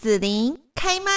子琳开麦。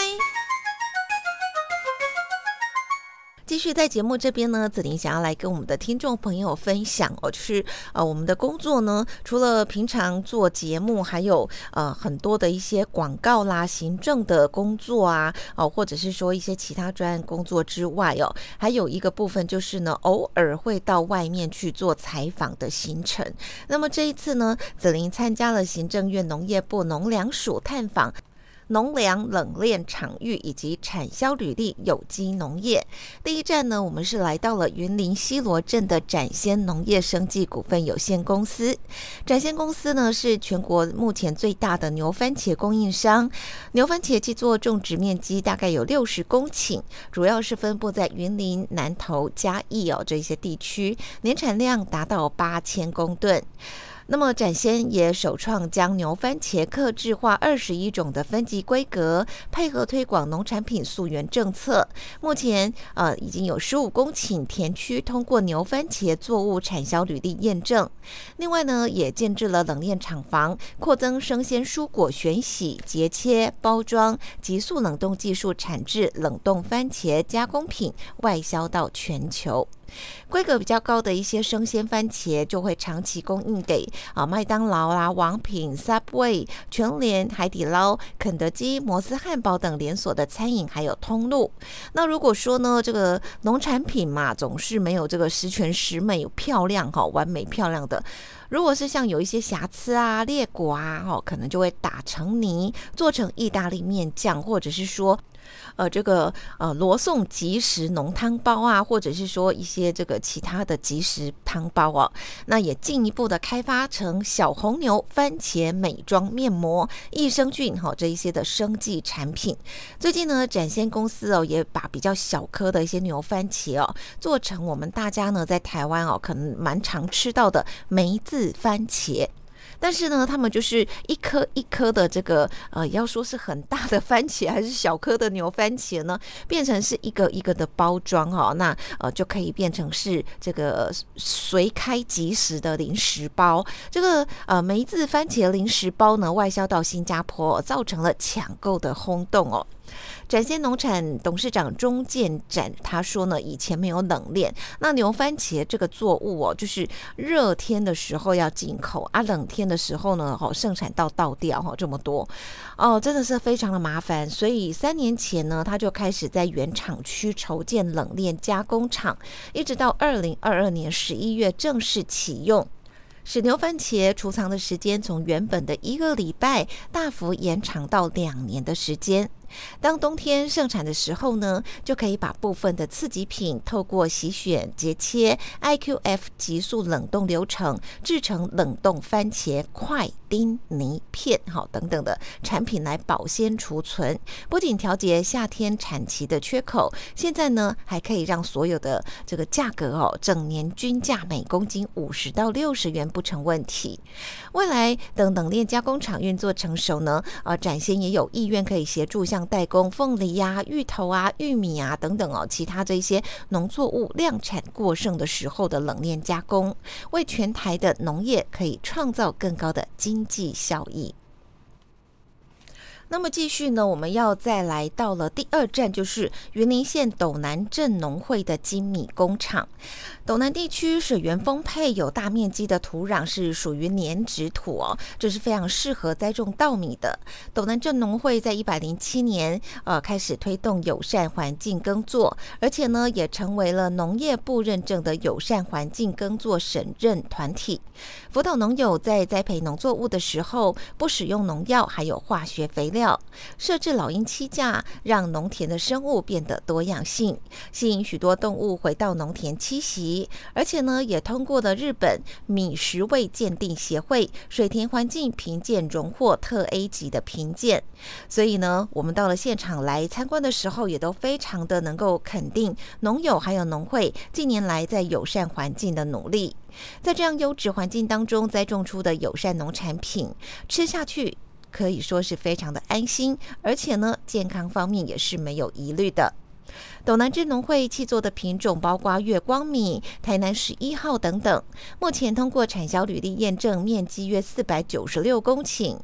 继续在节目这边呢，子琳想要来跟我们的听众朋友分享就是我们的工作呢，除了平常做节目，还有很多的一些广告啦、行政的工作啊，或者是说一些其他专案工作之外还有一个部分就是呢，偶尔会到外面去做采访的行程。那么这一次呢，子琳参加了行政院农业部农粮署探访农粮冷链场域以及产销履历有机农业。第一站呢，我们是来到了云林西螺镇的展先农业生技股份有限公司。展先公司呢，是全国目前最大的牛番茄供应商。牛番茄基作种植面积大概有60公顷，主要是分布在云林、南投、嘉义这些地区，年产量达到8000公吨。那么展先也首创将牛番茄客制化21种的分级规格，配合推广农产品溯源政策。目前已经有15公顷田区通过牛番茄作物产销履历验证。另外呢，也建置了冷链厂房，扩增生鲜蔬果选洗、节切、包装、急速冷冻技术，产制冷冻番茄加工品，外销到全球。规格比较高的一些生鲜番茄就会长期供应给麦当劳啦、王品、Subway、全联、海底捞、肯德基、摩斯汉堡等连锁的餐饮还有通路。那如果说呢，这个农产品嘛，总是没有这个十全十美、漂亮完美漂亮的。如果是像有一些瑕疵啊、裂果啊，可能就会打成泥，做成意大利面酱，或者是说这个罗宋即食浓汤包啊，或者是说一些这个其他的即食汤包那也进一步的开发成小红牛番茄美妆面膜、益生菌这一些的生技产品。最近呢，展先公司也把比较小颗的一些牛番茄做成我们大家呢在台湾可能蛮常吃到的梅子番茄。但是呢，他们就是一颗一颗的这个要说是很大的番茄还是小颗的牛番茄呢，变成是一个一个的包装那就可以变成是这个随开即食的零食包。这个梅子番茄零食包呢，外销到新加坡，造成了抢购的轰动展先农产董事长钟建展他说呢，以前没有冷链，那牛番茄这个作物就是热天的时候要进口冷天的时候呢盛产到倒掉这么多真的是非常的麻烦。所以3年前呢，他就开始在原厂区筹建冷链加工厂，一直到2022年11月正式启用，使牛番茄储藏的时间从原本的1个礼拜大幅延长到2年的时间。当冬天盛产的时候呢，就可以把部分的次级品透过洗选、节切、IQF 急速冷冻流程，制成冷冻番茄块、丁、泥片等等的产品来保鲜储存。不仅调节夏天产期的缺口，现在呢还可以让所有的这个价格整年均价每公斤50到60元不成问题。未来等冷链加工厂运作成熟呢，展先也有意愿可以协助像代工凤梨芋头玉米等等其他这些农作物量产过剩的时候的冷链加工，为全台的农业可以创造更高的经济效益。那么继续呢，我们要再来到了第2站，就是云林县斗南镇农会的精米工厂。斗南地区水源丰沛，有大面积的土壤是属于粘质土这是非常适合栽种稻米的。斗南镇农会在107年开始推动友善环境耕作，而且呢也成为了农业部认证的友善环境耕作审认团体，辅导农友在栽培农作物的时候不使用农药还有化学肥料，设置老鹰栖架，让农田的生物变得多样性，吸引许多动物回到农田栖息。而且呢也通过了日本米食味鉴定协会水田环境评鉴荣获特 A 级的评鉴。所以呢我们到了现场来参观的时候，也都非常的能够肯定农友还有农会近年来在友善环境的努力。在这样优质环境当中栽种出的友善农产品，吃下去可以说是非常的安心，而且呢健康方面也是没有疑虑的。斗南镇农会契作的品种包括月光米、台南11号等等，目前通过产销履历验证，面积约496公顷，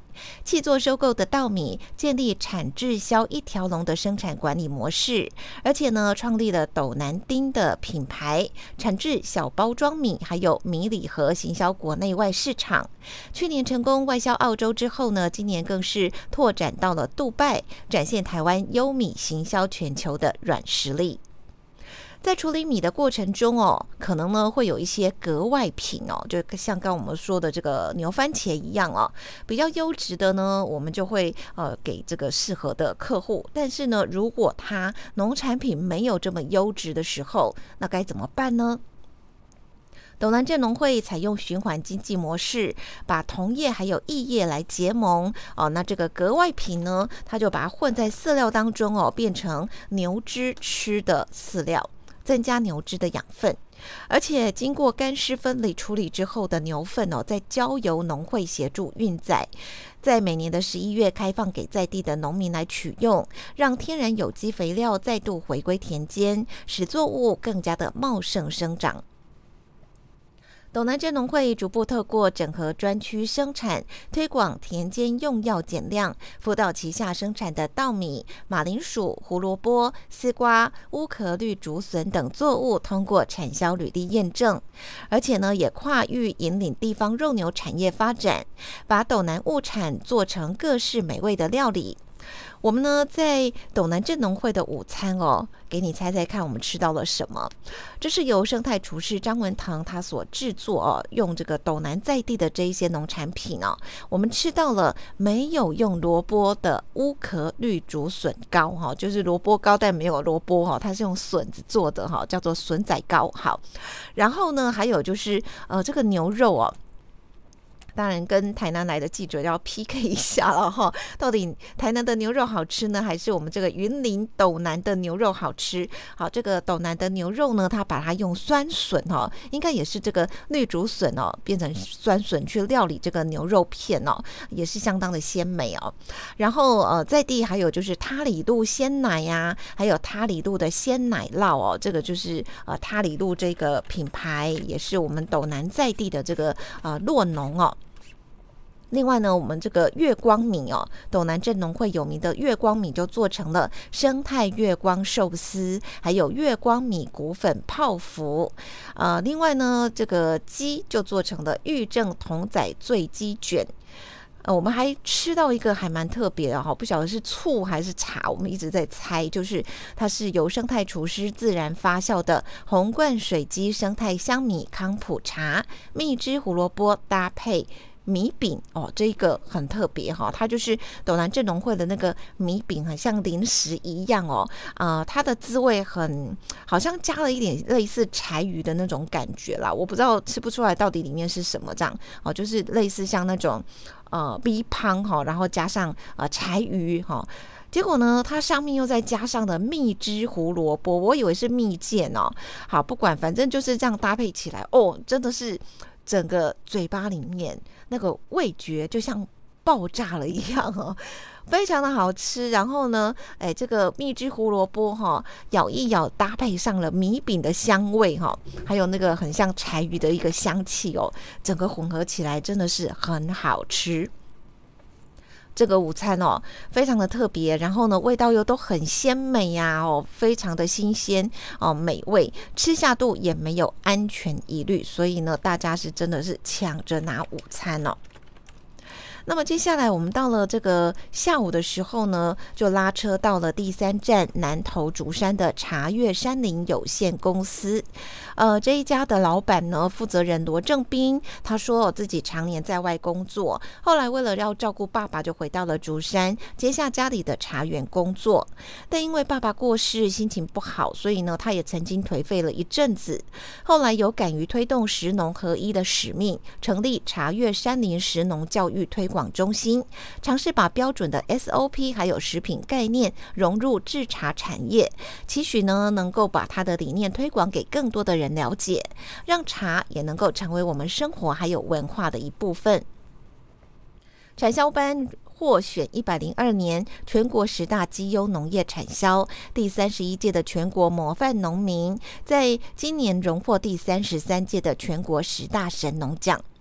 契作收购的稻米建立产制销一条龙的生产管理模式，而且呢，创立了斗南丁的品牌，产制小包装米，还有米礼盒行销国内外市场。去年成功外销澳洲之后呢，今年更是拓展到了杜拜，展现台湾优米行销全球的软实力。在处理米的过程中可能呢会有一些格外品就像刚我们说的这个牛番茄一样比较优质的呢，我们就会给这个适合的客户。但是呢，如果它农产品没有这么优质的时候，那该怎么办呢？斗南镇农会采用循环经济模式，把同业还有异业来结盟那这个格外品呢，它就把它混在饲料当中变成牛只吃的饲料，增加牛只的养分。而且经过干湿分离处理之后的牛粪在交由农会协助运载，在每年的11月开放给在地的农民来取用，让天然有机肥料再度回归田间，使作物更加的茂盛生长。斗南镇农会逐步透过整合专区生产，推广田间用药减量，辅导旗下生产的稻米、马铃薯、胡萝卜、丝瓜、乌壳绿竹笋等作物通过产销履历验证，而且呢，也跨域引领地方肉牛产业发展，把斗南物产做成各式美味的料理。我们呢在斗南镇农会的午餐给你猜猜看我们吃到了什么。这是由生态厨师张文腾他所制作用这个斗南在地的这一些农产品我们吃到了没有用萝卜的乌壳绿竹笋糕就是萝卜糕但没有萝卜它是用笋子做的叫做笋仔糕。好，然后呢还有就是这个牛肉当然跟台南来的记者要 PK 一下了到底台南的牛肉好吃呢，还是我们这个云林斗南的牛肉好吃？好，这个斗南的牛肉呢，它把它用酸笋应该也是这个绿竹笋变成酸笋去料理这个牛肉片也是相当的鲜美然后在地还有就是塔里路鲜奶呀，还有塔里路的鲜奶酪这个就是塔里路这个品牌也是我们斗南在地的这个酪农另外呢，我们这个月光米斗南镇农会有名的月光米就做成了生态月光寿司，还有月光米谷粉泡芙。另外呢，这个鸡就做成了玉正同仔醉鸡卷。我们还吃到一个还蛮特别的不晓得是醋还是茶，我们一直在猜，就是它是由生态厨师自然发酵的红冠水鸡生态香米康普茶，蜜汁胡萝卜搭配米饼这个很特别它就是斗南镇农会的那个米饼，很像零食一样它的滋味好像加了一点类似柴鱼的那种感觉啦，我不知道吃不出来到底里面是什么这样就是类似像那种米汤然后加上柴鱼结果呢，它上面又再加上了蜜汁胡萝卜，我以为是蜜饯好，不管，反正就是这样搭配起来真的是整个嘴巴里面那个味觉就像爆炸了一样非常的好吃。然后呢这个蜜汁胡萝卜咬一咬搭配上了米饼的香味还有那个很像柴鱼的一个香气整个混合起来真的是很好吃。这个午餐非常的特别，然后呢味道又都很鲜美呀非常的新鲜美味，吃下肚也没有安全疑虑，所以呢大家是真的是抢着拿午餐那么接下来我们到了这个下午的时候呢，就拉车到了第3站南投竹山的茶悦山林有限公司。这一家的老板呢，负责人罗正斌，他说自己常年在外工作，后来为了要照顾爸爸，就回到了竹山，接下家里的茶园工作。但因为爸爸过世，心情不好，所以呢，他也曾经颓废了一阵子。后来有敢于推动食农合一的使命，成立茶悦山林食农教育推广中心，尝试把标准的 SOP 还有食品概念融入制茶产业，期许呢能够把他的理念推广给更多的人了解，让茶也能够成为我们生活还有文化的一部分。产销班获选102年全国10大绩优农业产销，第31届的全国模范农民，在今年荣获第33届的全国10大神农奖。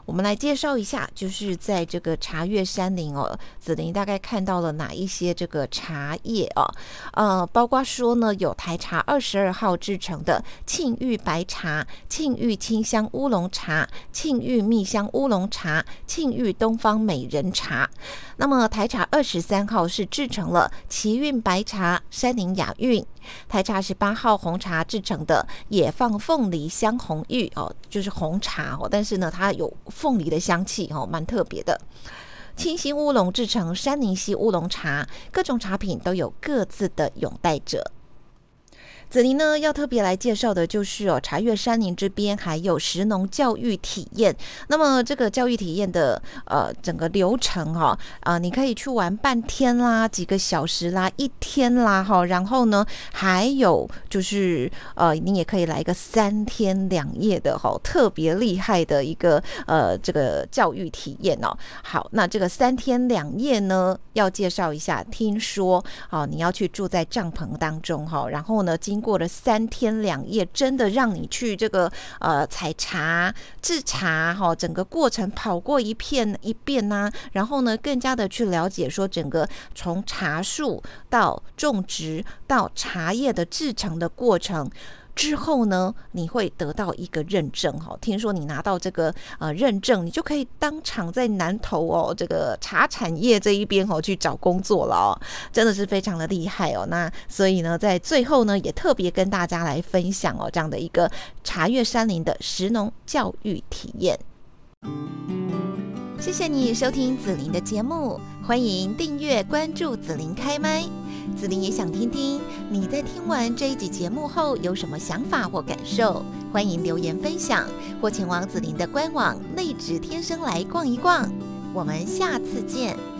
我们来介绍一下，就是在这个茶叶山林哦，子琳大概看到了哪一些这个茶叶哦，包括说呢，有台茶22号制成的沁玉白茶、沁玉清香乌龙茶、沁玉蜜香乌龙茶、沁玉东方美人茶。那么台茶23号是制成了奇韵白茶、山林雅韵。台茶18号红茶制成的野放凤梨香红玉哦，就是红茶哦，但是呢它有凤梨的香气哦，蛮特别的。清新乌龙制成山林溪乌龙茶，各种茶品都有各自的拥戴者。子琳呢要特别来介绍的就是茶叶山林这边还有食农教育体验。那么这个教育体验的整个流程你可以去玩半天啦、几个小时啦、1天啦然后呢还有就是你也可以来一个3天2夜的特别厉害的一个这个教育体验哦。好，那这个3天2夜呢要介绍一下，听说你要去住在帐篷当中然后呢经过了3天2夜，真的让你去这个采茶、制茶整个过程跑过一遍啊，然后呢更加的去了解说整个从茶树到种植到茶叶的制成的过程。之后呢，你会得到一个认证听说你拿到这个认证，你就可以当场在南投这个茶产业这一边去找工作了真的是非常的厉害那所以呢，在最后呢，也特别跟大家来分享这样的一个茶叶山林的食农教育体验。谢谢你收听子琳的节目，欢迎订阅关注子琳开麦。子琳也想听听你在听完这一集节目后有什么想法或感受，欢迎留言分享，或前往子琳的官网内职天生来逛一逛。我们下次见。